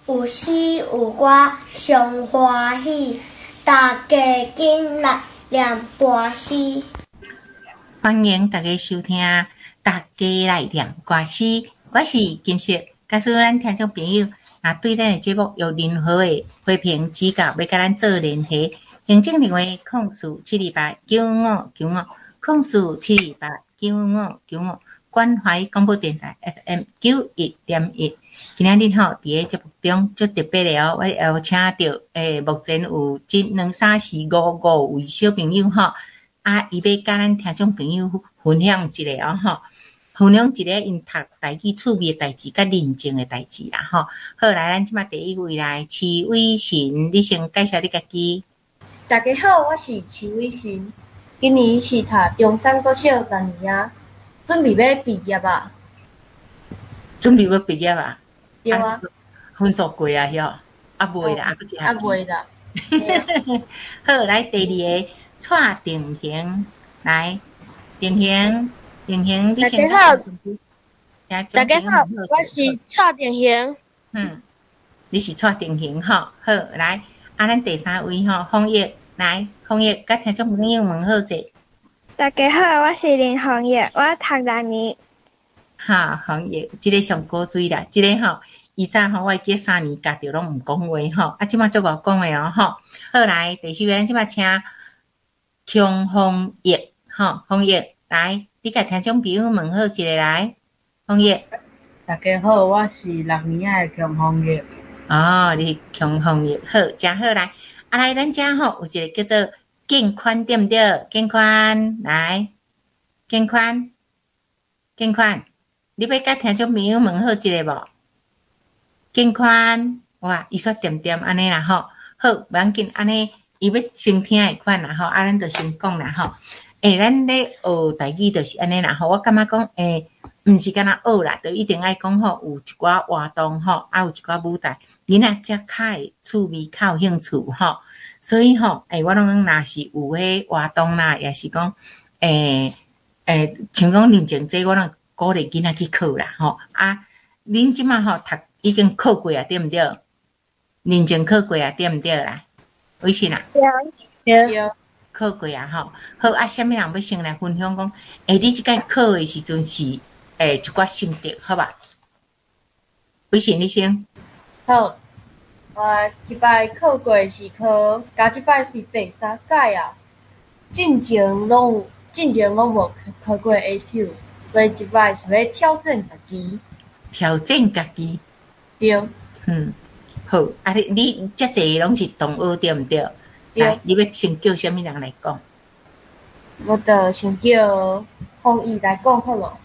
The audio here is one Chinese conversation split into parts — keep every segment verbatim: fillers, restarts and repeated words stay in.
有诗有歌上欢喜，大家紧来念歌诗。 欢迎大家收听，大家来念歌诗。我是金雪，假使咱听众朋友若对咱的节目有任何的批评指教，要甲咱做联系，行政电话零四七二八九五九五零四七二八九五九五，关怀广播电台 F M 九一点一。今仔日吼，伫个节目中足特别的哦，我邀请到诶，目前有一两三四五五位小朋友吼。啊，伊要甲咱听众朋友分享一个哦，吼，分享一个因读台语趣味的代志，甲认证的代志啦，吼。好，来，咱即马第一位来，徐伟新，你先介绍你家己。 大家好，我是徐伟新，今年是读中山国小六年啊，准备要毕业啊。 准备要毕业啊？ 对啊。 分数过啊，晓？啊未啦，啊佫一啊未啦。 好，来第二个。蔡定恒，来，定恒，定恒，你先。 大家好，大家好，我是蔡定恒。 嗯，你是蔡定恒吼，好，来，啊，咱第三位吼，홍葉，來，홍葉，甲聽眾朋友問好者。 大家好，我是林홍葉，我讀六年。 哈，홍葉，這個上古錐啦，這個吼，以前吼，我記三年教着攏毋講話吼，啊，即馬做我講話哦吼，好，來，第四位，即馬請。強紅葉，吼，紅葉，來，你甲聽眾朋友問好一個來，紅葉。 大家好，我是六年的強紅葉。 哦，你是強紅葉，好，真好來。啊來，咱遮吼有一個叫做建寬，對毋對？建寬，來，建寬，建寬，你要甲聽眾朋友問好一個無？建寬，哇，伊說點點安尼啦吼，好，無要緊，安尼。伊要先聽的款啦吼，啊，咱就先講啦吼。誒，咱咧學台語就是安尼啦吼。我感覺講，誒，毋是干那學啦，就一定愛講吼，有一寡活動吼，啊，有一寡舞台，你若遮較會趣味，較有興趣吼。所以吼，誒，我攏若是有迄活動啦，也是講，誒誒，像講認證這，我攏鼓勵囡仔去考啦吼。啊，恁即馬吼讀已經考過啊，對毋對？認證考過啊，對毋對啦？為啥啦？ 對對， 考過啊吼。好啊，啥物人要先來分享講？誒、欸，你即屆考的時陣是誒、欸、一寡心得，好吧？為啥你先？ 好，我即擺考過是考，甲即擺是第三屆啊。進前攏進前我無考過 A two， 所以即擺是要挑戰家己。 挑戰家己。 對。嗯。 好，啊你你遮濟攏是同學對毋對？ 對。 你要先叫啥物人來講？ 我就先叫홍葉來講好咯。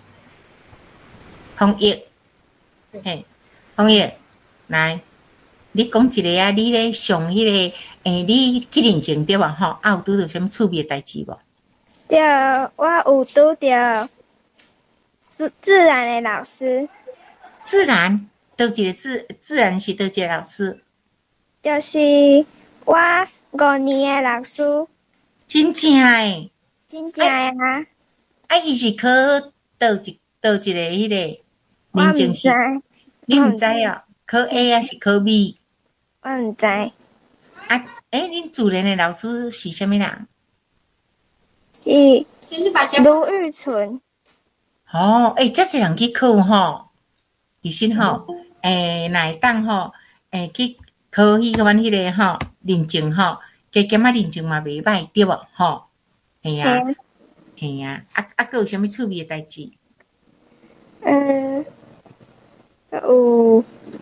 홍葉，嘿，홍葉，來，你講一個啊，你咧上迄個，誒，你去認證對無吼？啊有拄到啥物趣味的代誌無？ 對，我有拄到自自然的老師。 自然？倒一個自自然是倒一個老師？ 就是我五年的老師。 真正誒？ 真正誒啊！ 啊，伊是考倒一倒一個迄個認證是？你毋知哦？考 A 還是考 B？ 我毋知。啊， 誒，恁自然的老師是啥物人？ 是盧玉純。 哦，誒，遮濟人去考吼，其實吼。誒，來當吼，誒去考迄個阮迄個吼認證吼，加減仔認證嘛袂歹對無吼？係啊，係啊，啊啊，閣有啥物趣味誒代誌？ 嗯，有。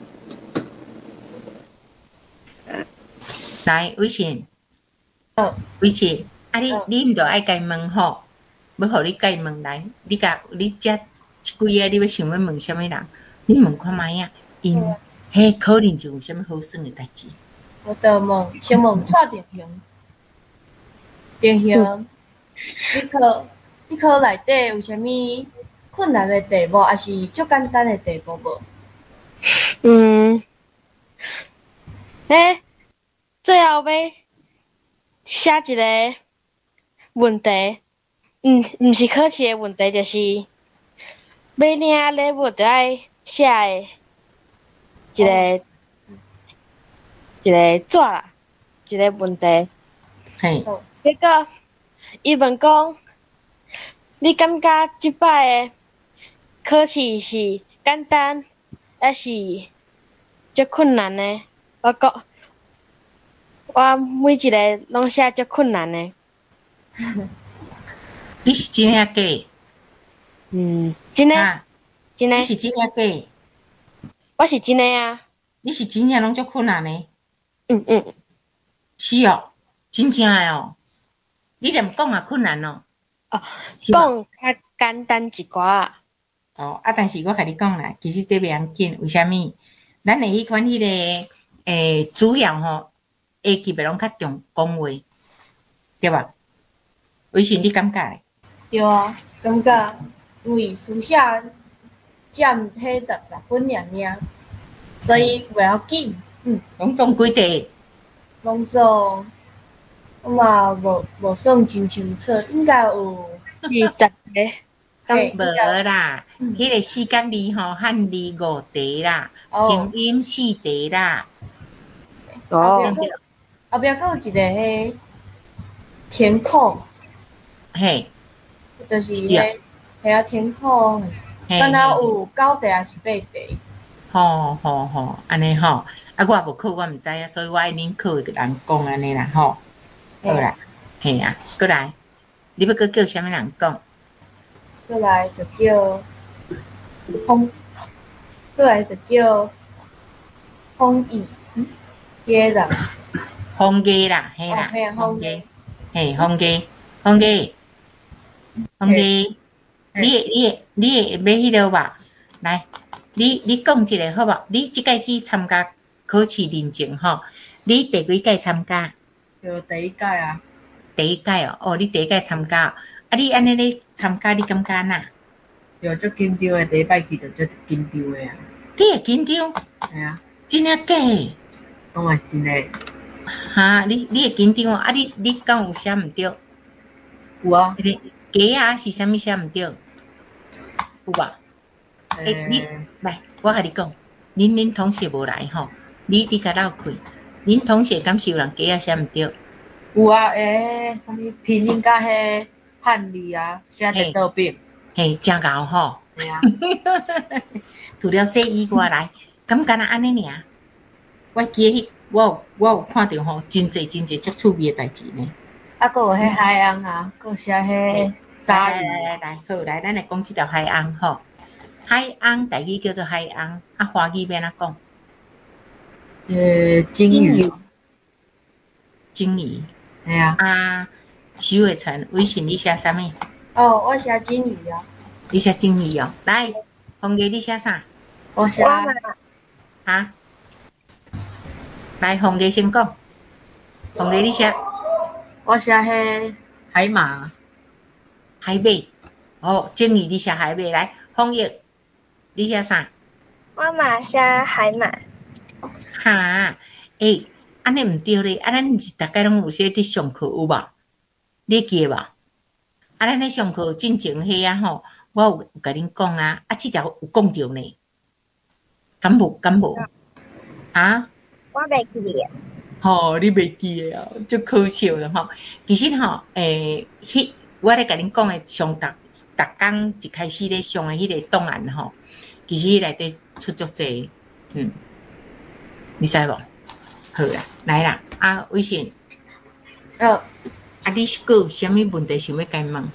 來，偉信， 哦， 偉信，啊你你毋著愛甲伊問吼，要互你甲伊問來，你甲你遮幾個你要想要問啥物人？你問看覓啊。因迄考認證有啥物好耍誒代誌？ 我就問，先問蔡定恒，定恒，你考你考內底有啥物困難誒題目，還是足簡單誒題目無？ 嗯，誒，最後要寫一個問題，毋毋是考試誒問題，就是要領禮物就愛寫誒。一個一个纸啦，一个问题。 嘿， 结果伊问讲，你感觉即摆的考试是简单，还是足困难呢？我讲，我每一个拢写足困难呢。 你是真诶假的？ 嗯，真诶， 啊， 真诶， 你是真诶假的？ 我是真诶啊。 你是真正拢足困难诶？ 嗯嗯， 是哦，真正诶哦。你连讲也困难哦。 哦， 是吧？ 讲较简单一寡。 哦，啊，但是我甲你讲啦，其实这袂要紧，为虾米？咱诶迄款迄个诶，主要吼，下级别拢较重讲话，对吧？为什你感觉诶？ 对啊，感觉因为书写占迄六十分尔尔，所以袂要紧。嗯， 拢总几题？ 拢总我嘛无无算真清楚，应该有是十个，咁嘿， 无啦， 嗯迄、个四角字吼，汉字五题啦， 哦拼音四题啦， 后对不对？ 壁佫后壁佫有一个迄填空， 嘿， 就是是啊， 迄遐填空， 嘿， 敢若嘿， 有九题还是八题？ 吼吼吼，安尼吼，啊，我也无考，我毋知影，所以我爱恁考着人讲安尼啦，吼，好啦，嘿啊，过来，你要搁叫啥物人讲？ 过来就叫风，过来就叫风雨，嗯，迄个人， 风家啦，嘿哦， 啦， 嘿啊，风风家，嘿，风家，风家，风家，你你你会买迄落吧？来。你你讲一个好无？你即届去参加考试认证吼？你第几届参加？ 就第一届啊， 第一届哦，哦，你第一届参加，啊，你安尼咧参加，你感觉哪？ 就足紧张的，第一摆去就足紧张的啊。 你会紧张？ 系啊， 真诶假的？ 讲嘛真诶， 哈，你你会紧张哦？啊，你你敢有写毋对？ 有啊， 迄个鸡啊是啥物写毋对？有吧？诶、你诶， 来，我甲你讲，恁恁同学无来吼，你你甲斗开，恁同学敢是有人鸡啊写毋对？ 有啊，诶，啥物拼音甲迄汉字啊，写伫倒边， 嘿，真贤吼！ 系啊， 除了这以外来，敢敢若安尼尔？我记迄我有我有看到吼，真济真济足趣味诶代志呢。 啊，佫有迄海洋啊，佫有写迄鲨来鱼， 来来来，好来，咱来讲即条海翁吼。海翁台语叫做海翁，啊华语要安怎讲？ 诶，金鱼， 鲸鱼。 系啊， 啊，徐伟成，微信你写啥物？ 哦，我写金鱼啊， 你写鲸鱼哦。来，红哥你写啥？ 我写我嘛哈？来，红哥先讲。红哥你写我写迄海马， 海马。哦，鲸鱼你写海马。来，红叶你写啥？ 我嘛写海马， 哈，诶、安尼毋对咧，啊，咱毋是逐摆拢有说伫上课有无？你会记无？啊，咱咧上课进前迄啊吼，我有有甲恁讲啊，啊，即条有讲着呢，敢无？敢无？啊？ 我袂记诶。 吼、你袂记诶哦，足可惜了吼。其实吼，诶、迄我咧甲恁讲诶，上逐逐工一开始咧上诶迄个档案吼，其实内底出足济，嗯。你知无？好啦，来啦，啊，微信， 呃， 啊，你是佫有啥物问题想要甲伊问？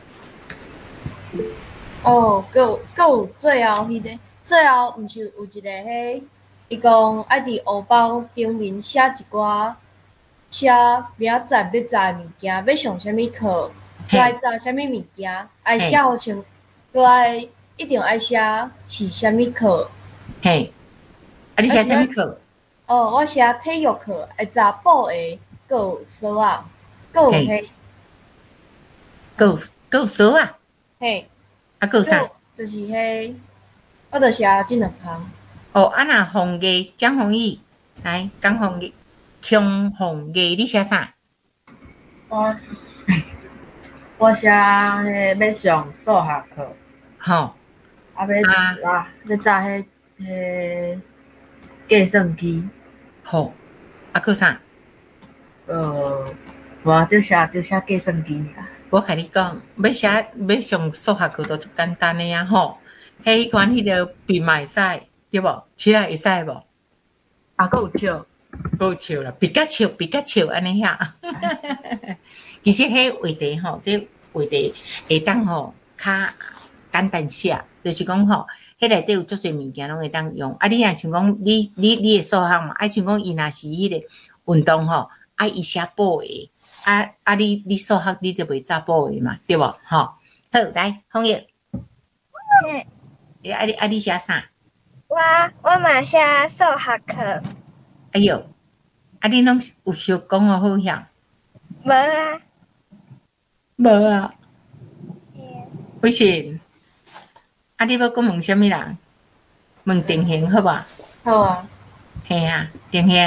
哦，佫有佫有最后迄、个，最后毋是有一个迄，伊讲爱伫黑包顶面写一寡，写明仔载要载物件，要上啥物课， 嘿佮爱载啥物物件，爱嘿写互清，佮爱一定爱写是啥物课。 嘿，啊，你写啥物课？ 哦，我写体育课，会查补的，佮有数啊，佮有迄， 佫有佫有数啊， 嘿， 啊，佫有啥？ 就是迄，我著写即两项。 哦，啊，若红艺、蒋红艺，来，蒋红艺、强红艺，你写啥？ 我我写迄要上数学课， 吼、 啊要啊要查迄迄计算机， 好， 啊，搁啥？ 呃，无就写就写计算机尔。 我甲你讲，要写要上数学课都足简单的呀吼。迄款迄个笔嘛会使，对无？起来会使无？ 啊，搁有笑， 够笑啦，比较笑，比较笑安尼呀。其实迄话题吼，这话题会当吼较简单些，就是讲吼，迄内底有足侪物件拢会当用。啊，你若像讲你你你的数学嘛，啊像讲伊若是迄个运动吼，啊伊写补的，啊啊你你数学你就袂早补的嘛，对无？吼，好，来，红叶， 嘿， 诶，啊你啊你写啥？ 我我嘛写数学课， 哎哟，啊你拢有小讲哦好晓？ 无啊， 无啊。 嘿不是，啊！你要讲问什么人？问定型好吧？ 好啊， 嘿啊，定型。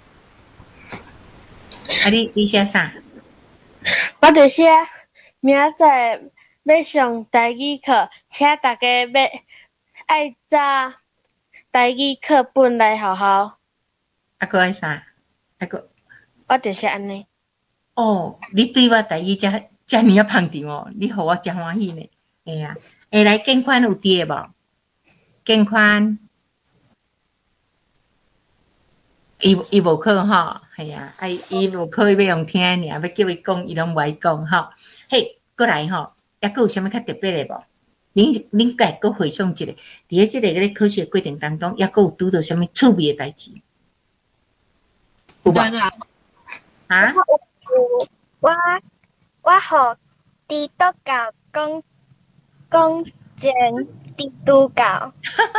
啊你你写啥？ 我就写明仔载要上台语课，请大家要爱找台语课本来好好。 啊个爱啥？啊个我就写安尼。 哦，你对我台语遮遮尔啊捧场哦，你互我真欢喜呢。嘿啊，会来建宽有伫诶无？建宽，伊伊无课吼，系啊，啊伊无课伊要用听尔，要叫伊讲伊拢无爱讲吼。嘿，过来吼，抑佫有啥物较特别诶无？恁恁家佫回想一下，伫咧即个咧考试诶过程当中，抑佫有拄到啥物趣味诶代志？有无？啊？ 我我互基督教讲讲前基督教，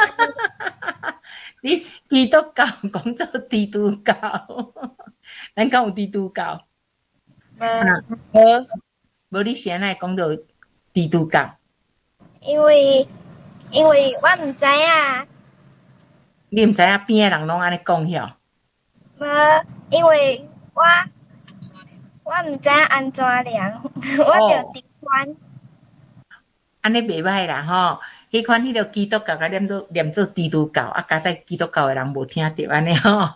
你基督教讲做基督教，咱讲有基督教， 无， 啊，无无你先来讲到基督教， 因为因为我毋知影， 你毋知影边诶人拢安尼讲晓， 无，因为我我毋知影安怎量，我着直观。 安尼袂歹啦吼。迄款迄个基督教甲念做念做基督教，啊，加在基督教诶人无听着安尼吼。好，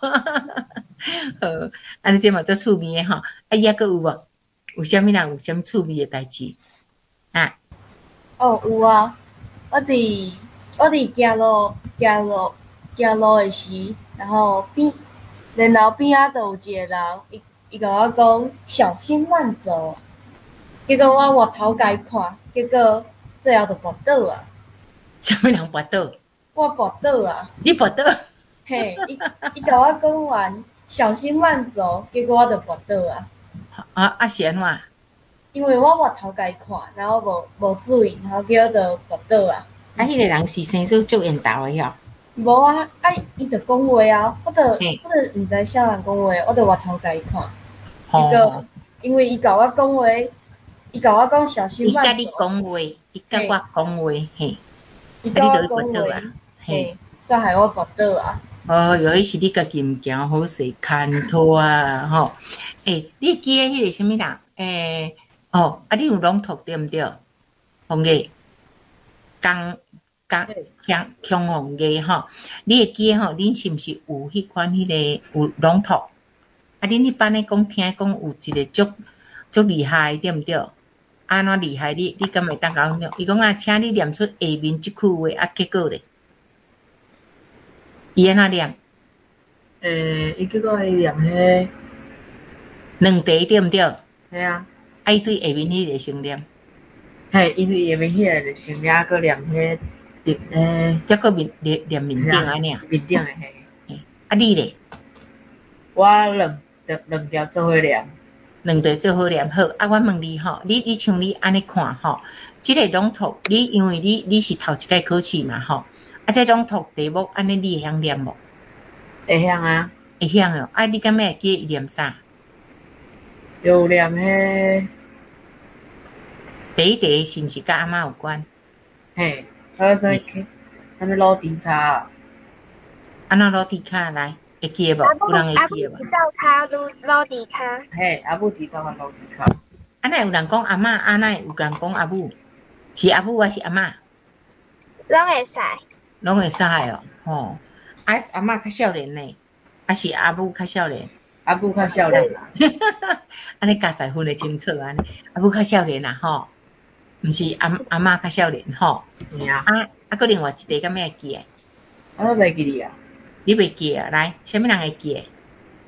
安尼即嘛做趣味诶吼。啊，抑佫有无？有啥物人有啥物趣味诶代志？啊？ 哦有啊，我伫我伫行路行路行路诶时，然后边然后边仔都有一个人，伊伊甲我讲小心慢走，结果我回头甲伊看，结果最后就跋倒啊， 啥物人跋倒？ 我跋倒啊， 你跋倒？ 嘿，伊伊甲我讲完小心慢走，结果我就跋倒啊。 啊啊是安怎？ 因为我回头甲伊看，然后无无注意，然后叫我就跋倒啊。 啊，迄个人是生做足缘投诶吼。 无啊，啊，伊就讲话啊，我就嘿我就毋知啥人讲话，我就回头甲伊看。 吼结果因为伊甲我讲话，伊甲我讲小心伊甲慢走， 你讲话，伊甲我讲话，嘿， 伊甲我啊你就讲话去跋倒啊，嘿。 嘿，煞害我跋倒啊。 哦，哟，迄是你家己毋行好势牵拖啊，吼！诶，你记诶迄个啥物人？诶，哦，啊，你有朗读对毋对？红艺，江江强强红艺吼，你会记诶吼？恁是毋是有迄款迄个有朗读？啊，恁迄班诶讲听讲有一个足足厉害对毋对？安怎厉害？你你敢会当甲我讲？伊讲啊，请你念出下面即句话，啊，结果咧？伊安怎念？ 诶，伊结果伊念迄， 两题对毋对？ 嘿啊， 啊，伊对下面迄个先念， 嘿，伊对下面迄个就先了，搁念迄，诶， 则个面念念面顶安尼啊。 面顶诶嘿。 啊，你咧， 我两两两条做伙念。 两题做好念好。啊，我问你吼，你你像你安尼看吼，即个朗读，你因为你你是头一届考试嘛吼，啊，这朗读题目安尼你会晓念无？ 会晓啊， 会晓哦。啊，你敢会记伊念啥？ 有念迄， 第一题是毋是甲阿嬷有关？ 嘿，还有啥物去？啥物老迪卡？ 安怎攞题卡来？会记无？ 阿母有人会阿记无？ 母照卡撸撸地卡， 嘿，阿母提早个老迪卡。 安尼有人讲阿嬷，安尼有人讲阿母，是阿母还是阿嬷？ 拢会使。 拢会使哦，吼！啊，阿嬷较少年呢，还是阿母较少年？ 阿母较少年啦， 安尼家在分得清楚安尼，阿母较少年啦吼，毋是阿阿嬷较少年吼。 嘿啊， 啊啊，个另外一个敢咩会记诶？ 我都袂记哩啊。 你袂记啊？来，啥物人会记诶？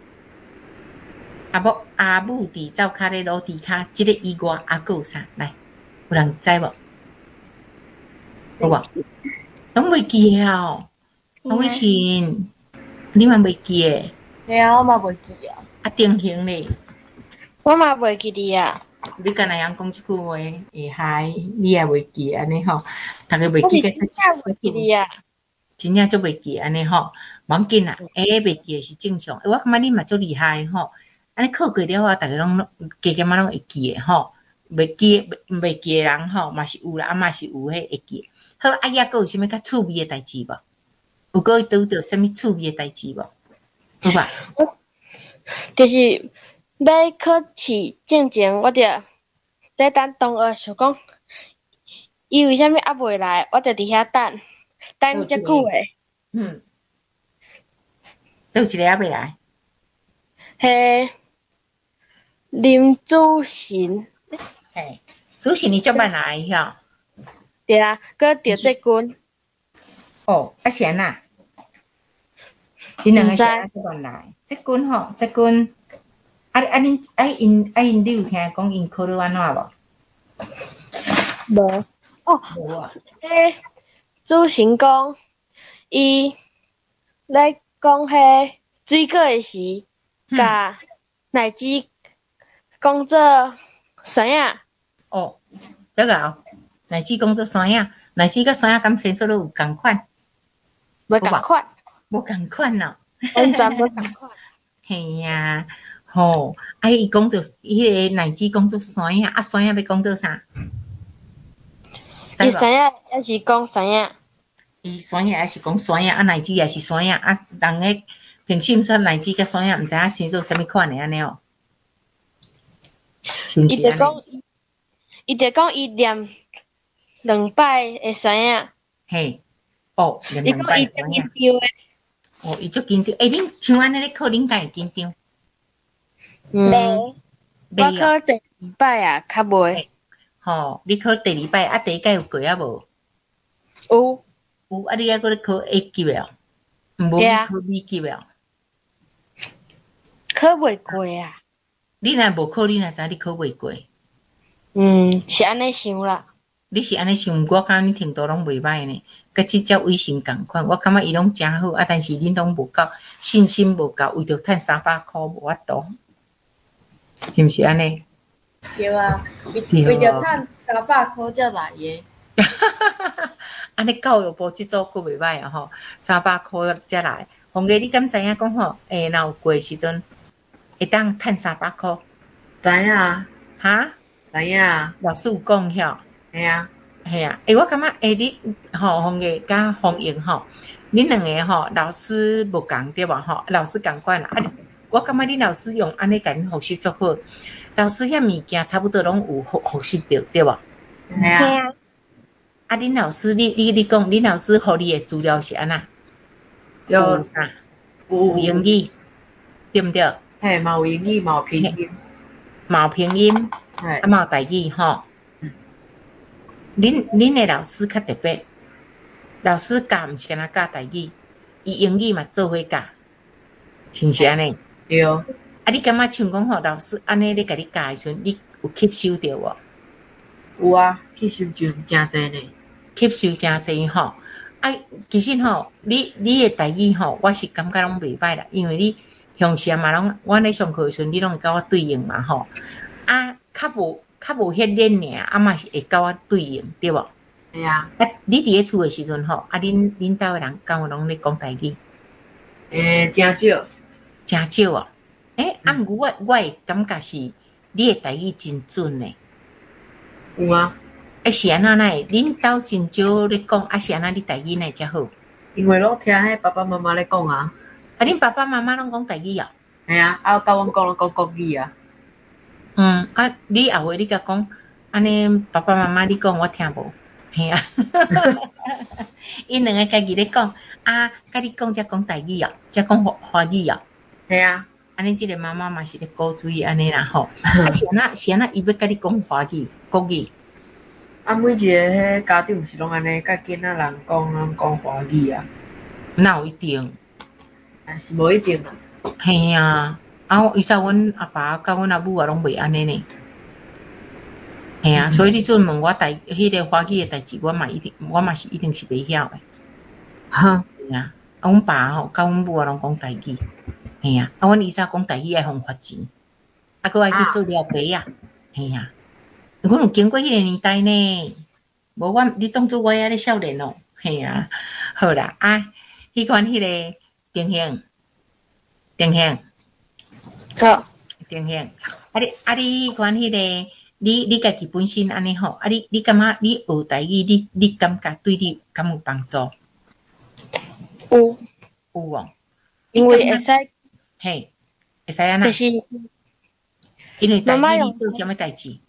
阿母阿母伫灶骹咧卤猪骹，即个以外阿佫有啥？来，有人知无？有无？拢袂记诶哦。洪伟清，你嘛袂记诶？ 嘿啊，我嘛袂记啊。 啊，定型咧。 我嘛袂记哩啊。 你敢若样讲即句话会害你也袂记安尼吼，逐个袂记个真正袂记哩啊。 真正足袂记安尼吼，无要紧啦，会袂记是正常。我感觉你嘛足厉害吼，安尼考过了后，逐个拢加减仔拢会记诶吼，袂记袂袂记诶人吼嘛是有啦，啊嘛是有迄会记。好，啊也佫有啥物较趣味诶代志无？有佫拄着啥物趣味诶代志无？有吧？ 就是要考试之前，我着在等同学想讲，伊为虾米还袂来，我着伫遐等，等遮久诶。 嗯，有一个还袂来。 嘿，林祖贤。 嘿，主持你足慢来吼。 对啊，搁着这军。 哦，啊是安那？因两个是安怎慢来？这军吼，这军，啊啊恁啊因啊因，你有听讲因考了安怎无？ 无。哦。 无啊。 迄主持讲，伊咧讲迄水果诶时，甲奶子讲做酸仔。 哦，得个，奶子讲做酸仔，奶子甲酸仔敢生出都有共款？ 无共款。 无共款咯。 完全无共款。 嘿呀，吼，啊伊讲做迄个奶子讲做酸仔，啊酸仔要讲做啥？ 伊酸仔也是讲酸仔。 伊酸仔也是讲酸仔，啊奶子也是酸仔，啊人诶平时说奶子甲酸仔，毋知影生做啥物款诶安尼哦。伊就讲，伊就讲伊念两摆会酸仔。 嘿，哦，念两摆酸仔。哦，伊足紧张。诶，恁像安尼咧考，恁敢会紧张？ 袂，我考第二摆啊，较袂。 吼，你考第二摆，啊，第一届有过啊无？ 有。 有，啊，你还搁咧考 A 级哦？毋无你考 B 级哦？ 考袂过啊。 你若无考，你若知你考袂过？ 嗯，是安尼想啦。 你是安尼想，我感觉你程度拢袂歹呢，甲即只微信共款。我感觉伊拢诚好，啊，但是恁拢无够信心，无够，为着趁三百箍无法度，是毋是安尼？ 对啊，为为着趁三百箍才来诶。 安尼教育部即组佫袂歹啊吼，三百箍才来。洪哥，你敢知影讲吼？诶，若有过时阵会当趁三百箍？ 知影啊？ 哈？ 知影啊？ 老师有讲晓？ 系啊， 系啊，诶，我感觉诶，你吼洪个甲洪英吼，恁两个吼老师无共对吧？吼，老师共款啦。啊，我感觉恁老师用安尼甲恁学习足好，老师遐物件差不多拢有学学习着对吧？ 系啊。 啊，恁老师，你你你讲，恁老师互你诶资料是安那？有啥？有英语，对毋对？ 嘿，嘛有英语，嘛有拼音， 嘛有拼音，啊嘛有台语吼。恁恁诶老师较特别，老师教毋是干那教台语，伊英语嘛做伙教，是毋是安尼？ 对。 啊，你感觉像讲吼，老师安尼咧甲你教诶时阵，你有吸收着无？ 有啊，吸收就真侪呢。 吸收真侪吼，啊，其实吼，你你诶台语吼，我是感觉拢袂歹啦，因为你向时嘛拢，我咧上课诶时阵，你拢会甲我对应嘛吼，啊，较无。较无迄练尔，啊嘛是会甲我对应，对无？ 系啊。 啊，你伫咧厝诶时阵吼，啊，恁恁兜诶人敢有拢咧讲台语？ 诶，真少， 真少哦。诶，啊，毋过我我会感觉是你诶台语真准诶。 有啊。 啊，是安怎会？恁兜真少咧讲，啊是安怎你台语哪会遮好？ 因为拢听迄爸爸妈妈咧讲啊。 啊，恁爸爸妈妈拢讲台语啊？ 系啊，啊，甲阮讲拢讲国语啊。 嗯，啊，你后尾你甲讲，安尼爸爸妈妈你讲我听无，嘿啊，因两个家己咧讲，啊，甲你讲才讲台语啊，才讲华华语啊， 系啊， 安尼即个妈妈嘛是咧鼓吹安尼啦吼。啊，是安那是安那，伊要甲你讲华语、国语。 啊，每一个迄家长是拢安尼，甲囡仔人讲拢讲华语啊？ 哪有一定？ 啊，是无一定啊。 嘿啊，啊，伊说阮阿爸甲阮阿母啊拢袂安尼呢。嘿啊，所以你阵问我代迄个华语诶代志，我嘛一定，我嘛是一定是袂晓诶。 哈， 嘿啊，啊，阮爸吼甲阮母啊拢讲台语。嘿啊，啊，阮伊说讲台语爱互发钱，啊，佫爱去做了白啊。嘿啊，阮有经过迄个年代呢。无我，你当作我还咧少年哦。嘿啊，好啦，啊，迄款迄个定兴，定兴， 好， 定兴，啊你啊你迄款迄个，你你家己本身安尼吼，啊你你感觉你学台语，你你感觉对你敢有帮助？ 有有哦， 因为会使， 嘿，会使安那？ 就是因为台妈妈用语你做啥物代志？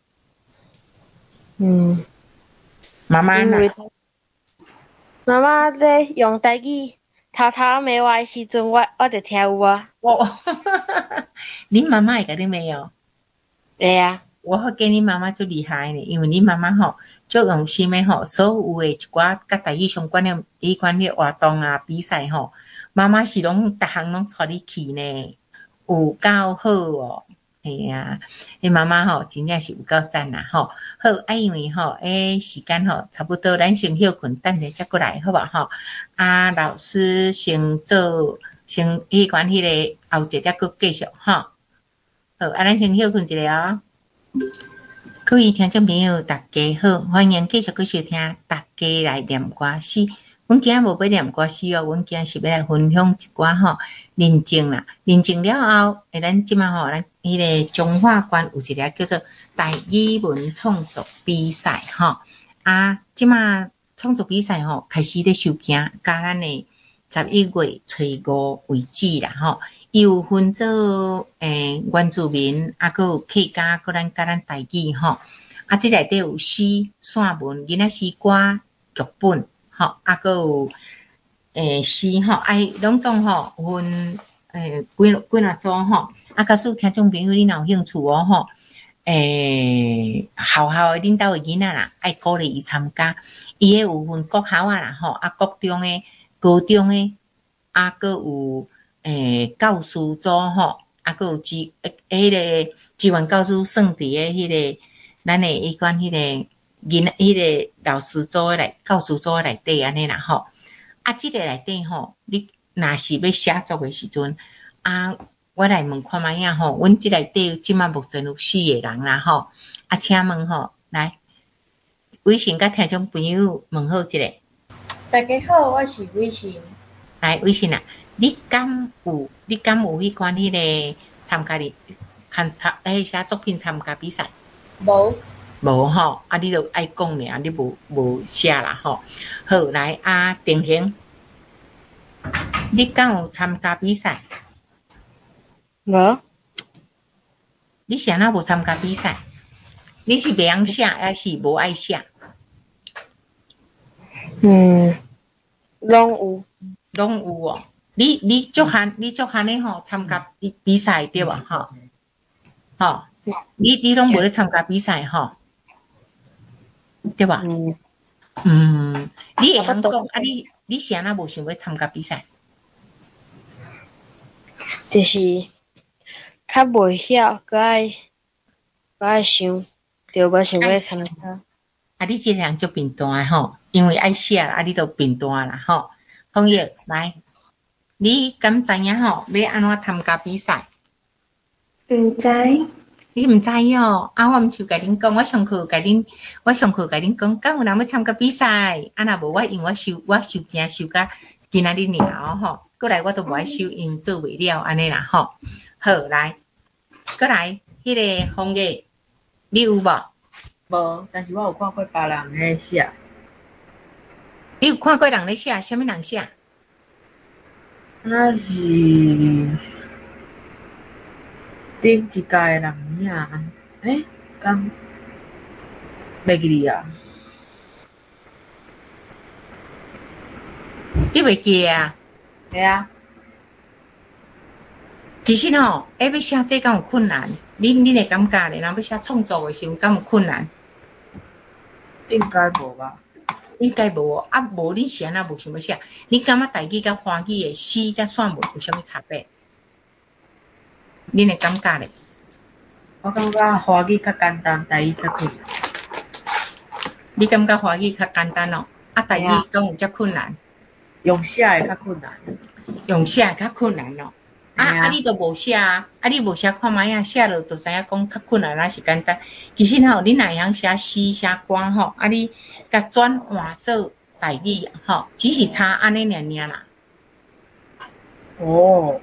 嗯， 妈妈呐， 因为妈妈咧用台语偷偷骂我诶时阵，我我就听有啊。 我，恁妈妈会甲你骂哦？ 会啊， 我发觉你妈妈最厉害呢，因为你妈妈吼最用心的吼，所有的一寡甲台语相关的迄款的活动啊、比赛吼，妈妈是拢逐项拢带你去呢，有够好哦。嘿啊，你妈妈吼真正是有够赞啦吼。好，啊因为吼，诶时间吼差不多，咱先休困，等下再过来好无吼？啊，老师先做先迄款迄个后一再搁继续吼。好，啊，咱先休困一下哦。各位听众朋友，大家好，欢迎继续去收听大家来念歌诗。阮今日无要念歌诗哦，阮今日是要来分享一寡吼认证啦。认证了后，诶，咱即马吼，咱迄个中华馆有一个叫做台语文创作比赛吼。啊，即马创作比赛吼开始咧收件，甲咱诶十一月初五为止啦吼。伊有分做诶原住民，啊，佮有客家，佮咱甲咱台语吼。啊，即内底有诗、散文、囡仔诗歌、剧本，吼，啊，佮有诶诗吼，啊，拢总吼分诶几几偌组吼。啊，假使听众朋友你若有兴趣哦吼，诶，校校诶领导诶囡仔啦，爱鼓励伊参加。伊诶有分国校啊啦吼，啊，国中诶、高中诶，啊，佮有。诶，教师组吼，啊，佮有志诶，迄个志愿教师算伫诶，迄个咱诶迄款迄个囡仔，迄个老师组诶内，教师组诶内底安尼啦吼。啊，即个内底吼，你若是要写作诶时阵，啊，我来问看卖影吼，阮即内底即马目前有四个人啦吼。啊，请问吼，来，伟信甲听众朋友问好一个。 大家好，我是伟信。 来，伟信啊。你敢有？你敢有迄款迄个参加哩看参诶写作品参加比赛？ 无， 无吼，啊，你著爱讲尔，你无无写啦吼。好，来啊，定兴，你敢有参加比赛？ 无。 你是安那无参加比赛？你是袂晓写，还是无爱写？ 嗯，拢有， 拢有哦。你你足罕你足罕咧吼参加比比赛对吧？吼，吼，你你拢无咧参加比赛吼，对吧？ 嗯， 嗯，你会晓讲啊？你你是安那无想要参加比赛？ 就是较袂晓，佮爱佮爱想，着无想要参加。 啊，你即个人足平淡诶吼，因为爱写啊，你著平淡啦吼。红叶来。你敢知影吼？要安怎参加比赛？ 毋知。 你毋知哦？啊，我毋是甲恁讲，我上课甲恁，我上课甲恁讲，敢有人要参加比赛？啊，若无我因为我收我收件收甲今仔日尔吼，过来我都无爱收，因为做袂了安尼啦吼。好来，过来，迄、那个红叶，你有无？ 无，但是我有看过别人咧写。 你有看过人咧写？啥物人写？ 那是顶一届的人影，诶，敢袂记哩啊？ 你袂记啊？ 系啊。 其实吼，哎，要写这敢有困难？你你会感觉咧？然后要写创作的时候，敢有困难？ 应该无吧？ 应该无啊，无你是安那无想要写？你感觉台语甲华语的诗甲散文有啥物差别？你会感觉咧？ 我感觉华语较简单，台语较困难。 你感觉华语较简单哦？啊，台语敢有遮困难？ 用写会较困难。 用写较困难哦。啊啊！你都无写啊！啊，你无写看卖啊，写了就知影讲较困难，还是简单。其实吼，你若会晓写诗、写歌吼，啊，你甲转换做台语吼，只是差安尼尔尔啦。 哦。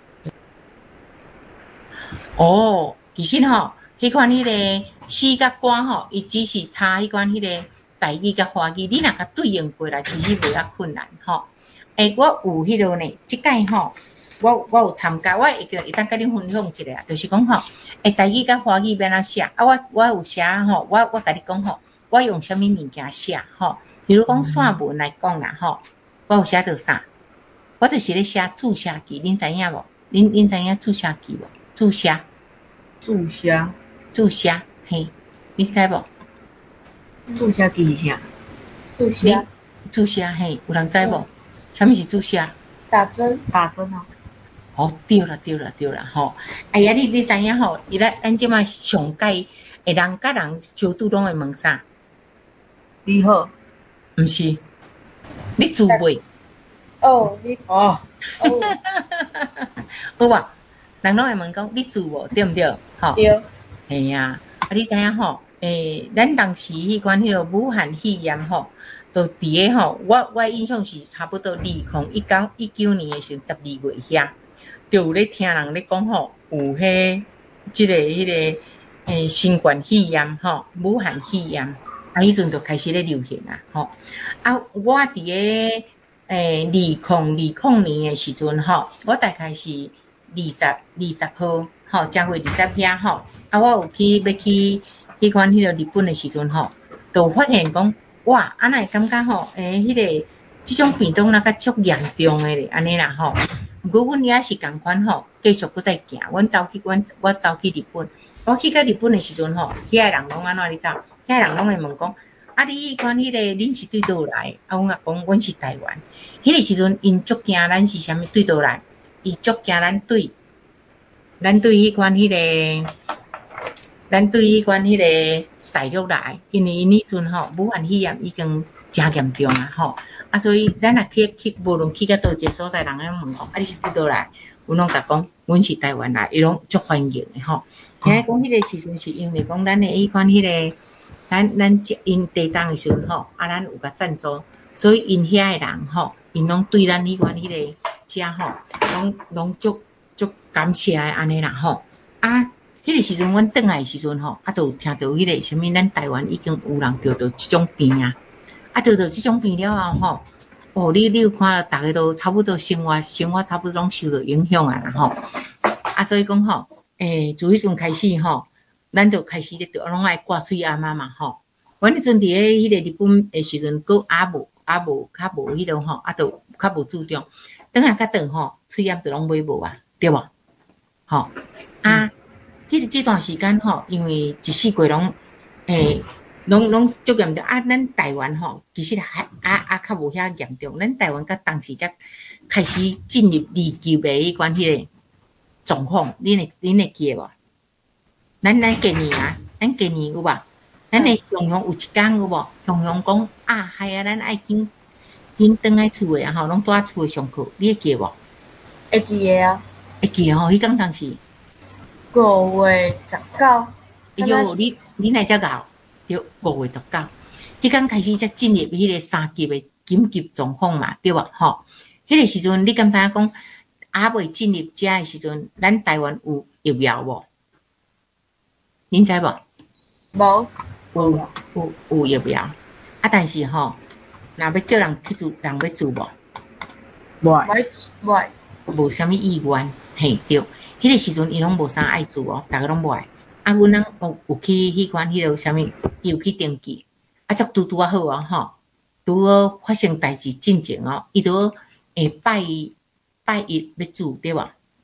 哦，其实吼，迄款迄个诗甲歌吼，伊只是差迄款迄个台语甲华语，你若甲对应过来，其实袂遐困难吼。诶、欸，我有迄落呢，即届吼。我我有参加，我会个会当甲你分享一下，就是讲吼，诶，台语甲华语要安怎写？啊，我我有写吼，我我甲你讲吼，我用啥物物件写吼？比如讲散文来讲啦吼，我有写到啥？我就是咧写注写记，恁知影无？恁恁知影注写记无？注写， 注写， 注写，嘿，你知无？ 注写记是啥？ 注写， 注写，嘿，有人知无？啥物是注写？ 打针， 打针啊。 哦，对啦，对啦，对啦，吼！哎呀，你你知影吼？伊咧，咱即马上届会人甲人相拄拢会问啥？ 你好， 毋是？你住袂？ 哦，你哦， 哦， 有无？人拢会问讲你住无？对毋对？吼， 对， 系啊。啊，你知影吼？诶，咱当时迄款迄个武汉肺炎吼，就伫个吼，我我印象是差不多二零一九一九年诶时候十二月遐。就有咧听人咧讲吼，有迄即、那个迄、那个诶新冠肺炎吼，武汉肺炎，啊，迄阵就开始咧流行啊，吼。啊，我伫个诶二零二零年诶时阵吼，我大概是二十二十号吼，正月二十遐吼，啊，我有去要去迄款迄个日本诶时阵吼，就发现讲哇，安那会感觉吼，诶，迄、那个即种病毒那个足严重诶咧，安尼啦吼。毋过，阮也是共款吼，继续搁再行。阮走去，阮我走去日本。我去到日本的时阵吼，遐个人拢安怎你知？遐个人拢会问讲：啊，你迄款迄个恁是对倒来？啊，阮甲讲，阮是台湾。迄个时阵，因足惊咱是啥物对倒来？伊足惊咱对，咱对迄款迄个，咱对迄款迄个大陆来，因为因迄阵吼，武汉肺炎已经真严重啊吼。啊，所以咱若去去，无论去到倒一个所在，人咧问讲，啊，你是对倒来？阮拢甲讲，阮是台湾来，伊拢足欢迎的吼。听讲迄个时阵是因为讲咱的迄款迄个，咱咱因地动的时阵吼，啊，咱有甲赞助，所以因遐的人吼，因拢对咱迄款迄个遮吼，拢拢足足感谢的安尼啦吼。啊，迄个时阵阮转来的时阵吼，啊，就有听到迄个啥物，咱台湾已经有人得到即种病啊。啊，得到即种病了后吼，哦，你你有看到，逐个都差不多生活生活差不多拢受到影响啊啦吼。啊，所以讲吼，诶、欸，自迄阵开始吼，咱就开始咧着拢爱挂喙阿妈嘛吼。阮迄阵伫咧迄个日本诶时阵，佫也无也无较无迄种吼，啊，就较无注重。等下较长吼，喙炎就拢买无啊，对无？吼啊，即、个即段时间吼，因为一四季拢诶。拢拢足严重啊！咱台湾吼，其实还啊啊较无遐严重。咱台湾甲当时才开始进入二级的迄款迄个状况，恁会恁会记无？咱咱今年啊，咱今年有无？咱的雄雄有一天有无？雄雄讲啊，害啊，咱爱紧紧倒来厝诶啊吼，拢住喺厝诶上课，你会记无？ 会记诶啊， 会记吼，迄天当时五月十九， 哎哟，你你哪只搞？对，五月十九，迄天开始才进入迄个三级的紧急状况嘛，对吧？吼，迄个时阵你敢知影讲，还未进入遮的时阵，咱台湾有疫苗无？恁知无？ 无， 有有有疫苗，啊，但是吼，若要叫人去做，人要做无？ 袂袂袂， 无啥物意愿，嘿，对，迄个时阵伊拢无啥爱做哦，逐个拢无爱。啊，阮人有有去迄款迄落啥物，伊有去登记，啊，足拄拄啊好啊吼，拄好发生代志进前哦，伊拄好下拜拜一要做对无？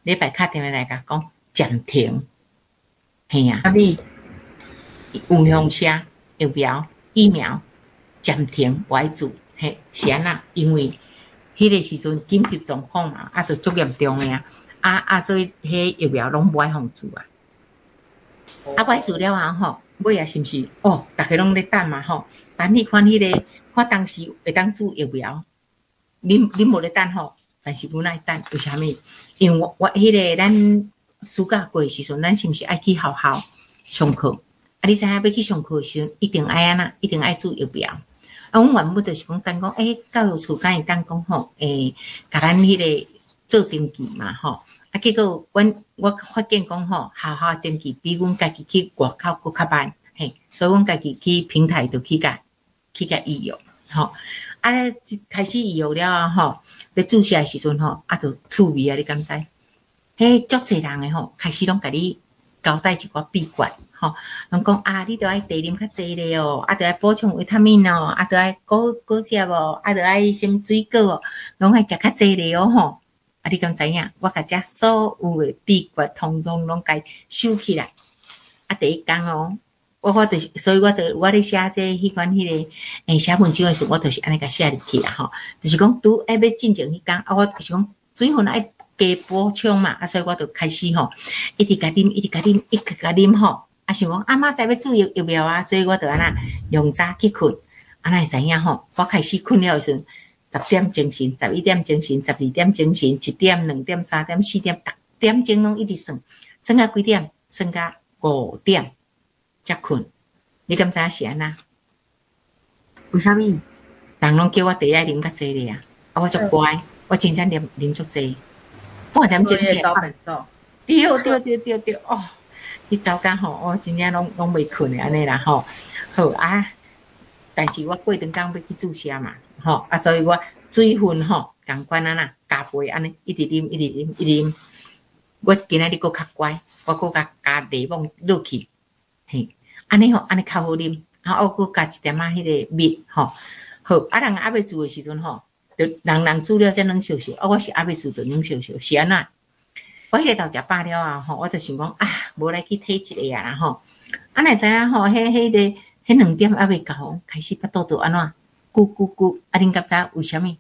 礼拜敲电话来甲讲暂停，嘿啊， 阿咪， 有用车疫苗疫苗暂停不爱做，嘿，是安那？因为迄个时阵紧急状况嘛，啊，就足严重诶啊，啊啊，所以迄疫苗拢不爱互做啊。啊，我做了啊吼，尾啊是毋是？哦，逐个拢咧等嘛吼，等你看迄、那个，看当时会当做疫苗，恁恁无咧等吼，但是阮爱等，为虾米？因为我我迄、那个咱暑假过诶时阵，咱是毋是爱去学校上课？啊，你知影要去上课诶时阵，一定爱安那，一定爱做疫苗。啊，阮原本就是讲等讲，诶、欸，教育处敢会当讲吼，诶、欸，甲咱迄个做登记嘛吼。啊，结果阮我发现讲吼，学校登记比阮家己去外口搁较慢，嘿，所以阮家己去平台就去甲去甲预约，吼。啊，开始预约了啊，吼，要注射诶时阵吼，啊，就趣味啊，你敢知？迄足侪人诶吼，开始拢甲你交代一寡秘诀，吼，拢讲啊，你着爱茶啉较济咧哦，啊，着爱补充维他命哦，啊，着爱果果汁哦，啊，着爱什么水果哦，拢爱食较济咧哦，吼。啊！你敢知影？我甲遮所有诶秘诀，通通拢该收起来。啊，第一工哦，我我就是，所以我就我咧写这迄款迄个诶写文章诶时，我就是安尼甲写入去啦吼。就是讲拄爱要进前迄工，啊，我就是讲水分爱加补充嘛，啊，所以我就开始吼，一直甲啉，一直甲啉，一直甲啉吼。啊，想讲啊，明仔要注意疫苗啊，所以我就安那用早去困，安那会知影吼。我开始困了诶时阵。十点精神，十一点精神，十二点精神，一点、两点、三点、四点，逐点钟拢一直算，算到几点？算到五点才困。你敢知影是安那？ 为虾米？ 人拢叫我茶爱啉较济咧啊！啊，我足乖，我真正啉啉足济，半点钟起早本数。 对对对对对哦！迄早间吼，我真正拢拢袂困诶安尼啦吼。好啊。但是我过段工要去注射嘛，吼啊，所以我水分吼共款啊呐，加倍安尼，一直啉，一直啉，一直啉。我今仔日搁较乖，我搁加加柠檬落去，嘿，安尼吼，安尼较好啉。啊，我搁加一点仔迄个蜜，吼，好。啊，人还未做诶时阵吼，就人人煮了才冷烧烧，啊，我是还未做就冷烧烧，是安那？我迄个豆食饱了啊，吼，我就想讲啊，无来去体一个啊，吼，啊，哪知影吼，迄迄个。迄两点还未到，开始腹肚就安怎咕咕咕？啊，恁敢知为虾米？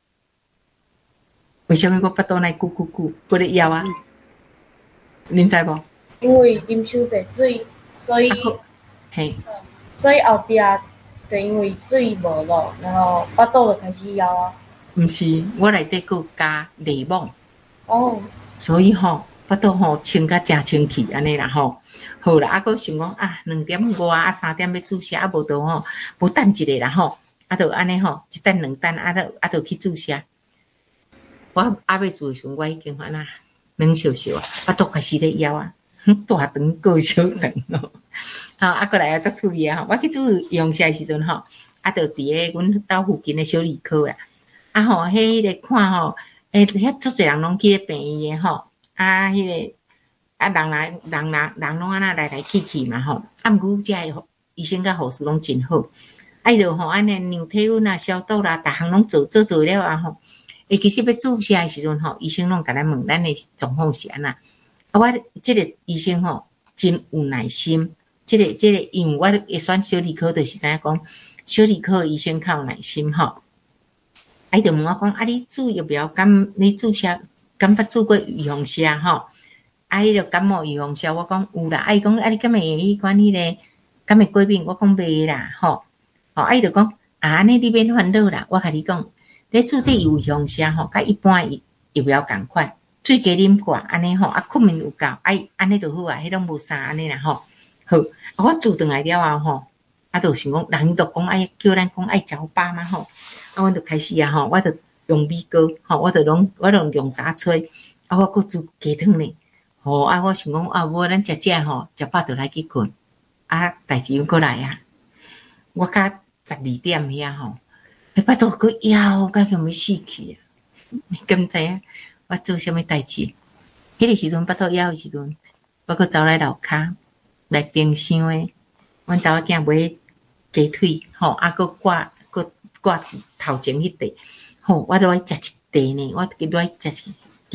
为虾米我腹肚来咕咕咕？不咧枵啊？恁知无？ 因为啉伤济水，所以嘿， 所以后壁就因为水无落，然后腹肚就开始枵啊。 毋是，我内底佫加柠檬。 哦。 所以吼，腹肚吼清甲正清气安尼啦吼。好啦，啊，佫想讲啊，两点外啊，三点要注射，啊，无着吼，无等一下啦吼，啊，着安尼吼，一等两等，啊，着啊，着去注射。我还要做诶时阵，我已经安那冷烧烧啊，腹肚开始咧枵啊，大肠过小肠哦。啊，啊，过来啊，足趣味啊！我去做用车诶时阵吼，啊，着伫咧阮兜附近诶小儿科啦，啊吼，迄个看吼，诶，遐足侪人拢去咧病院诶吼，啊，迄个。啊，人来人人人拢安那来来去去嘛吼，啊，毋过遮诶医生甲护士拢真好，啊，伊就吼安尼量体温啊、消毒啦，逐项拢做做做了啊吼。诶，其实要注射诶时阵吼，医生拢甲咱问咱诶状况是安那。啊，我即个医生吼真有耐心，即个即个，因为我会选小儿科，就是知影讲小儿科诶医生较有耐心吼。啊，伊就问我讲，啊，你注疫苗敢你注射敢捌做过预防射吼？啊，迄个感冒预防针，我讲有啦。啊，伊讲啊，你敢会迄款迄个敢会过敏？我讲袂啦，吼。吼，啊，伊就讲啊，安尼你免烦恼啦。我甲你讲，你做这预防针吼，甲一般疫疫苗共款，水加啉寡，安尼吼，啊，困眠有够，啊，安尼就好啊，迄拢无啥安尼啦，吼。好，啊，我做转来了啊，吼，啊，就想讲，人就讲爱叫咱讲爱食饱嘛，吼。啊，阮就开始啊，吼，我就用米糕，吼，我就拢我拢用早炊，啊，我搁煮鸡汤呢。吼、哦、啊！我想讲啊，无咱食食吼，食饱就来去困。啊，代志又过来啊！我甲十二点遐吼，下巴肚佫枵，甲强要死去啊！你敢知影我做啥物代志？迄个时阵巴肚枵诶时阵，我佫走来楼骹来冰箱诶，阮查某囝买鸡腿，吼啊，佫挂佫挂头前迄块，吼，我都爱食一块呢，我佮我食一。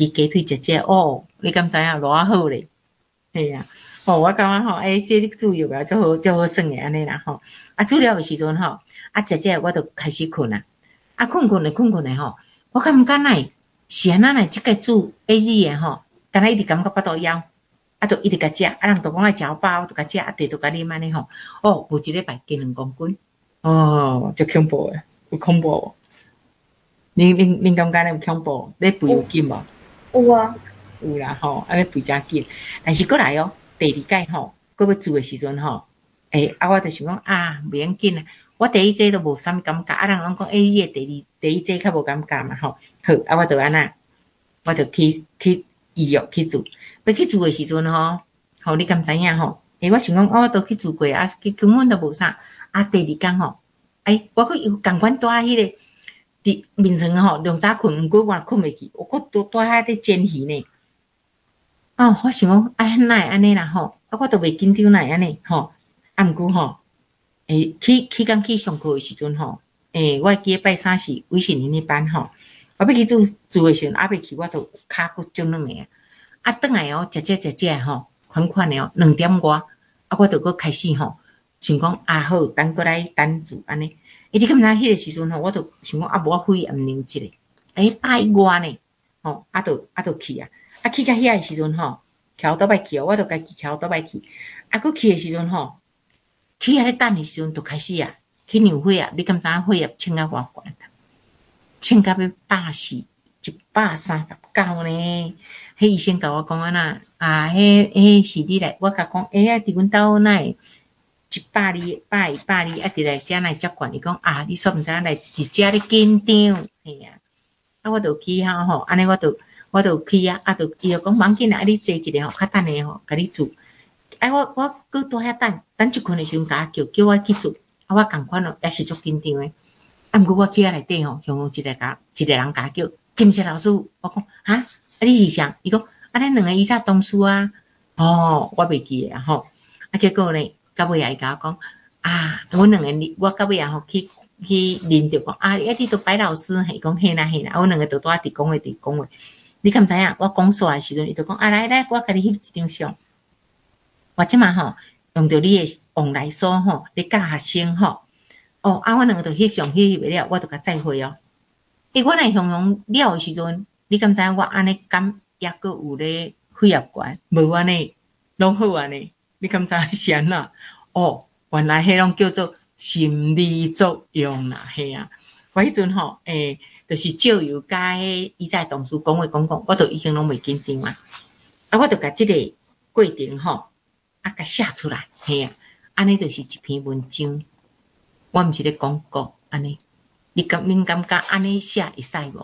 鸡鸡腿食食哦，你敢知影偌好咧？系啊，哦，我感觉吼，诶、欸，这个煮药啊，足好足好耍诶，安尼啦吼。啊，煮了诶时阵吼，啊，食食我就开始困啊，啊，困困诶，困困诶吼，我感觉敢若是安那呢？即个煮 A 字诶吼，敢若一直感觉巴肚枵，啊，就一直甲食，啊，人都讲爱食饱，我就甲食，啊，茶都甲啉安尼吼。哦，无一礼拜减两公斤，哦，足恐怖诶，有恐怖无？恁恁恁感觉有恐怖？你肥有紧无？ 有啊， 有啦吼，安尼肥真紧。但是过来哦，第二届吼，搁要煮诶时阵吼，诶、欸，啊，我就想讲啊，袂要紧啊，我第一节都无啥物感觉，啊，人拢讲诶，伊诶第二第一节较无感觉嘛吼。好，啊，我就安那，我就去去医药去煮。要去煮诶时阵吼，吼你敢知影吼？诶、欸，我想讲，哦，我都去煮过啊，根本都无啥。啊，第二天吼，诶、欸，我去又共款住喺迄个。伫眠床吼，两早困，毋过我困袂去，我搁拄拄喺咧煎鱼呢。哦，我想讲，哎，哪会安尼啦吼？啊，我都袂紧张，哪会安尼吼？啊，毋过吼，诶，去去刚去上课诶时阵吼，诶，我记得拜三是微信英语班吼，我要去做做诶时阵，啊，未去，我都骹骨肿软诶。啊，转来哦，食食食食吼，款款诶哦，两点外，啊，我就搁开始吼，想讲啊好，等过来等做安尼。诶，你敢知迄个时阵吼，我就想讲啊，无我肺炎流一个，诶，百外呢，吼，啊，就啊，就去啊，啊，去到遐个时阵吼，桥倒摆去哦，我就家己桥倒摆去，啊，佫去个时阵吼，去遐咧等个时阵就开始啊，去量血啊，你敢知影血压称到偌悬？称到要百四、一百三十九呢。迄医生甲我讲安那，啊，迄迄是你来，我甲讲，诶啊，伫阮兜哪会？一百二、百一、百二，啊！伫来遮来接管，伊讲啊，你煞毋知影来伫遮咧紧张，嘿啊！啊，我就去哈吼，安尼我就我就去啊，啊，就伊就讲忙紧啊，你坐一个吼，较等下吼，甲你做。哎，我我搁拄遐等，等一困的时阵，甲叫叫我去做，啊，我共款咯，也是足紧张诶。啊，毋过我去遐内底吼，向有一个甲一个人甲叫金石老师，我讲哈，啊，你是啥？伊讲啊，咱两个以前同事啊，哦，我袂记诶啊吼，啊，结果呢？到尾啊，伊甲我讲啊，阮两个，我到尾啊吼去去认着讲啊，一直都白老师，伊讲嘿啦嘿啦，阮两个都拄啊伫讲话伫讲话。你敢知影？我讲煞诶时阵，伊就讲啊，来来，我甲你翕一张相。我即马吼用着你诶往来所吼，咧教学生吼。哦，啊，阮两个就翕相翕翕袂了，我就甲再会哦。诶，我来形容了诶时阵，你敢知影我安尼感抑阁有咧血压悬，无安尼，拢好安尼。你敢知是安怎？哦，原来迄种叫做心理作用啦，嘿啊！我迄阵吼，诶、欸，就是照有甲迄以前同事讲话讲讲，我都已经拢袂紧张啊。啊，我就甲即个过程吼，啊，甲写出来，嘿啊，安尼就是一篇文章。我毋是咧广告，安尼，你感恁感觉安尼写会使无？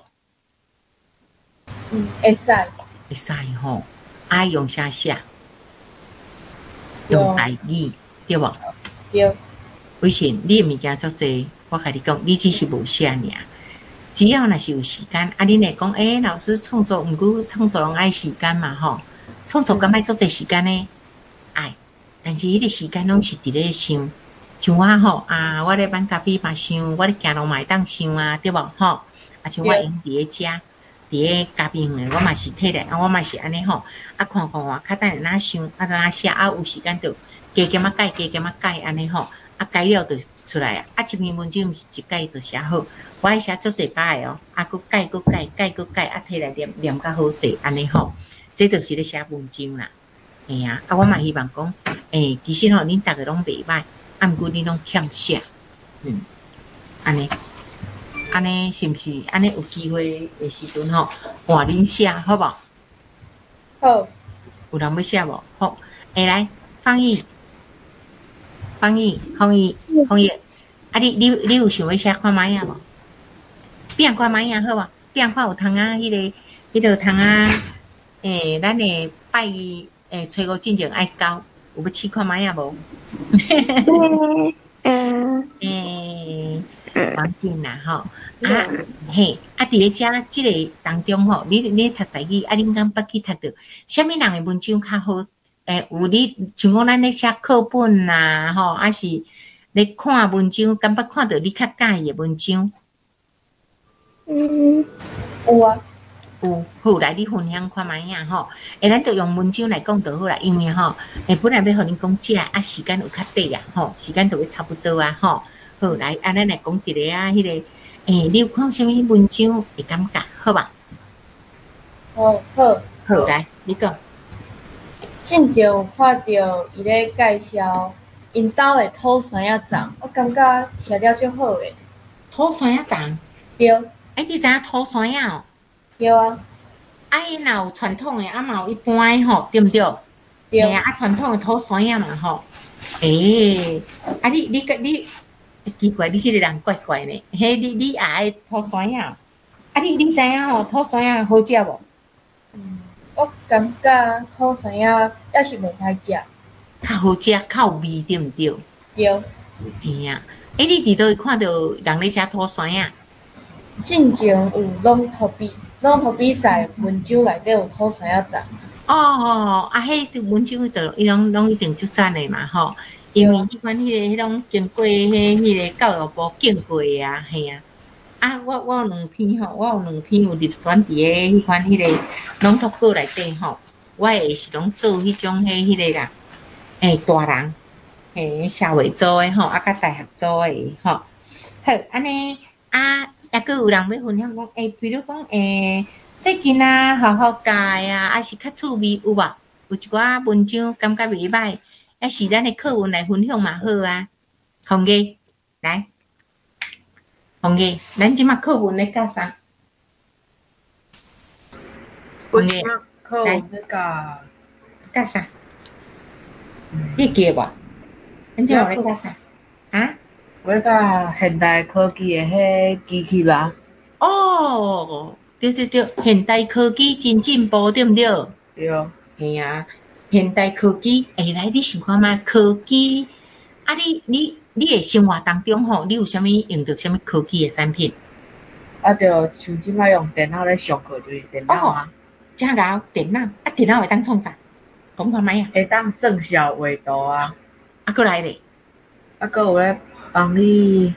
嗯，会使， 会使吼，爱用啥写？用台语对无？ 对。 为什你诶物件足济？我甲你讲，你只是无写尔。只要若是有时间，啊，恁会讲，诶、欸，老师创作，毋过创作拢爱时间嘛吼。创作敢爱足济时间呢？爱，但是迄个时间拢是伫咧想，像我吼啊，我咧办咖啡嘛想，我咧行路嘛会当想啊，对无吼？啊，像我用伫咧遮。伫咧咖啡园，我嘛是摕来，啊，我嘛是安尼吼，啊，看看我较等下哪想，啊，哪写，啊，有时间就加减啊改，加减啊改，安尼吼，啊，改了就出来啊，啊，一篇文章毋是一改就写好，我爱写足侪摆哦，啊，佫改佫改，改佫改，啊，摕来念念较好势，安尼吼，这就是咧写文章啦，嘿啊，啊，我嘛希望讲，诶、欸，其实吼，恁逐个拢袂歹，啊，毋过恁拢欠写，嗯，安尼。安尼是毋是？安尼有机会的时阵吼，换恁写好无？ 好。 有人要写无？好，下来放逸，放逸，放逸，放逸。啊，你你你有想要写看卖啊无？变看卖啊好无？变看有通啊，迄、那个迄个通啊，诶、欸，咱的拜诶，初五进前爱交，有要试看卖啊无？ 嗯。 诶。环境啦吼，啊嘿，啊伫咧遮即个当中吼，你你读台语，啊恁敢捌去读着，啥物人诶文章较好？诶，有你像讲咱咧写课本啦，吼，啊是咧看文章，敢捌看着你较喜欢诶文章？ 嗯， 有啊， 有好来你分享看卖呀吼，诶，咱就用文章来讲就好啦，因为吼，诶，本来要互恁讲起来啊，时间有较短啊，吼，时间就会差不多啊，吼，好来，啊，咱来讲一个啊，迄、那个，诶，你有看什么文章会感觉好吧？ 哦，好， 好来，你讲。 之前有看到伊咧介绍因兜的土山仔粽，我感觉吃了足好诶。 土山仔粽， 对， 哎，你知影土山仔哦？ 对啊， 啊，伊若有传统诶，啊嘛有一般诶吼，对毋对？ 对嘿啊，啊传统诶土山仔嘛吼。诶，啊你你个你奇怪，你即个人怪怪呢。嘿，你你也爱土山仔？啊你你知影吼土山仔好食无？ 嗯，我感觉土山仔还是袂歹食。 较好食，较有味，对毋对？ 对， 嘿啊，诶，你伫倒位看到人咧写土山仔？ 之前有朗读比朗读比赛文章内底有土山仔粽。 哦，啊，迄文章迄度，伊拢拢一定足赞诶嘛吼，因为迄款迄个迄种经过迄迄个教育部经过诶啊，嘿啊，啊，我我有两篇吼，我有两篇有入选伫诶迄款迄个朗读稿内底吼，我会是拢做迄种迄迄个啦，诶，大人，诶，社会组诶吼，啊，甲大学组诶吼，好，安尼啊，抑佫有人要分享讲，诶，比如讲诶。最近啊，好好教啊，还是较趣味有无？有一寡文章感觉袂歹，还是咱的课文来分享嘛好啊。红哥，来，红哥，咱即马课文咧教啥？红哥， 课文咧教教啥？你记无？咱即马咧教啥？啊？ 我咧教现代科技的迄机器人。 哦。对对对，现代科技真进步，对毋对？ 对。 嘿啊，现代科技，诶，来，你想看觅科技？啊，你你你诶生活当中吼，你有啥物用到啥物科技诶产品？ 啊，就像即摆用电脑咧上课，就是电脑啊。 真搞电脑，啊，电脑会当创啥？讲看觅啊。 会当算数画图啊。 啊，过来咧。 啊，佫有咧帮你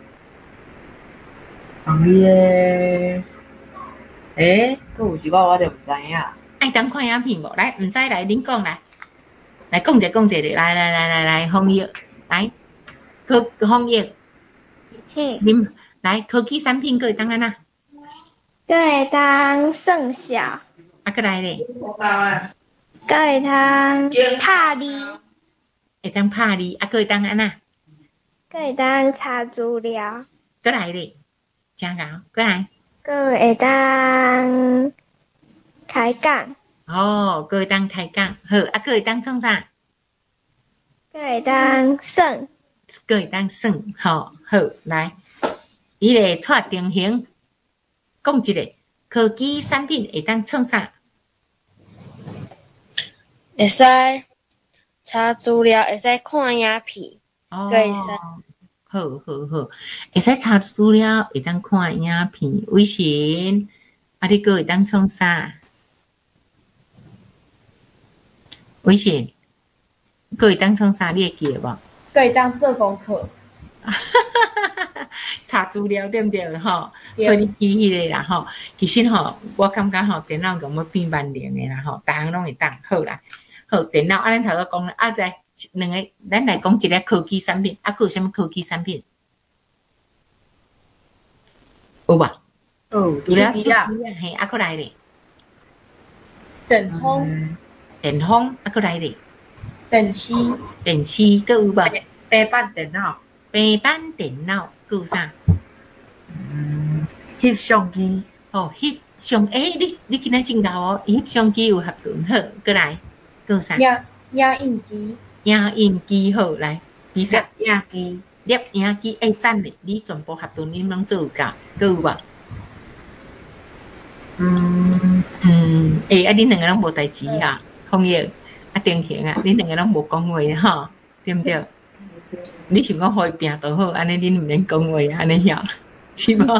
帮你诶。诶，佫有一个我就毋知影。 爱当看影片无？来，毋知来，恁讲来，来讲者讲者咧，来来来来来，方毅，来，科方毅， 嘿， 恁来科技产品佫会当安那？ 佫会当算数。 啊，佫来咧。 佫会当拍字。 会当拍字，啊，佫会当安那？ 佫会当查资料。 佫来咧，真搞，佫来。 佫会当开讲。 哦，佫会当开讲，好，啊，佫会当创啥？ 佫会当算。 佫会当算，吼，好，来，伊个蔡定型，讲一个科技产品会当创啥？ 会使查资料，会使看影片， 哦， 会使。 好好好，会使查资料，会当看影片，微信，啊，你佫会当创啥？微信，佫会当创啥？你会记得无？ 佫会当做功课。 查资料对毋对吼？所以你记迄个啦吼。其实吼，我感觉吼，电脑用要变万能诶啦吼，逐项拢会当好啦。好，电脑啊，咱头个讲啊，来两个，咱来讲一个科技产品，啊，佫有啥物科技产品？有无？ 哦， 除了手机啊，嘿，啊，佫来咧。 电风。 电风，啊，佫来咧。 电视。 电视，佫有无？ 平板电脑。 平板电脑，佫有啥？ 嗯，翕相机。 哦，翕相，诶，你你今仔真够哦，翕相机有合顿，好，佫来，佫有啥？ 影影印机。 影印機好來，比賽影機、 攝影機，誒讚咧！你全部合同恁攏做有夠，夠有無？ 嗯嗯，誒啊！恁兩個攏無代志啊，紅葉啊，定型啊，恁兩個攏無講話吼，對毋對？你想講互伊拼就好，安尼恁毋免講話，安尼曉是無？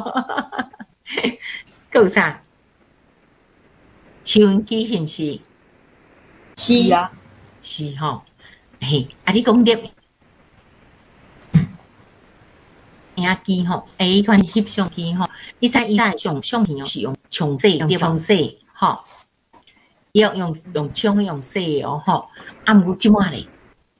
夠有啥？收音機是毋是？ 是啊， 是吼。嘿，啊！你講攝影影机吼，诶，迄款翕相机吼，你知伊在上相片哦是用冲洗，用冲洗，吼，要用用冲用洗哦，吼，啊，毋过即马咧，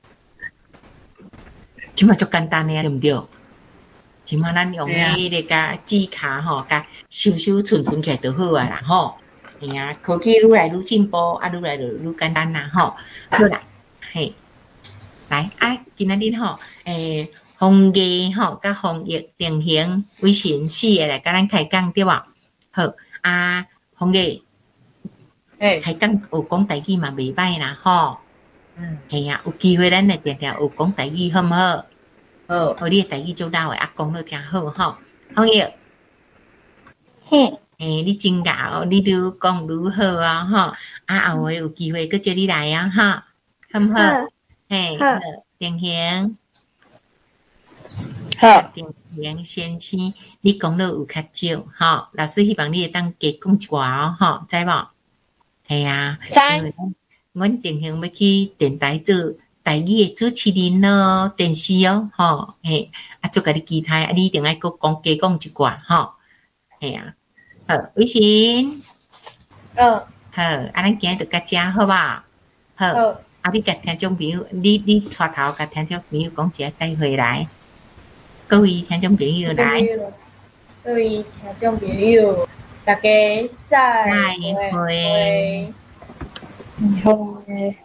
即马足简单诶，对毋对？即马咱用迄个甲指骹吼，甲收收寸寸起来就好啊啦，吼。哎呀，科技愈来愈进步，啊，愈来愈愈简单啦，吼。好啦，嘿，来啊，今仔日吼，诶，防疫吼，甲防疫定型微信四个来甲咱开讲对无？好啊，防疫， 诶， 开讲有讲台语嘛袂歹啦，吼。 嗯， 系啊，有机会咱来定定有讲台语好毋好？ 好， 好，你诶台语做到诶，啊，讲得真好吼。防疫。 嘿， 诶，你真教哦，你愈讲愈好啊，吼！啊，后回有机会佫叫你来啊，哈，好毋好？嘿，好，定型， 好， 定型先生，你讲了有较少，吼，老师希望你会当加讲一寡哦，吼，知无？系啊， 知。 阮定型要去电台做台语诶主持人咯，电视哦，吼，嘿，啊，做甲你期待，啊，你一定爱佫讲加讲一寡，吼，系啊。好，微信， 嗯， 好，啊，咱今日就到这好吧？好， 好， 啊，你甲听众朋友，你你带头甲听众朋友讲一下再回来，各位听众朋友来， 各位听众朋友，大家再再会。 会。 好诶。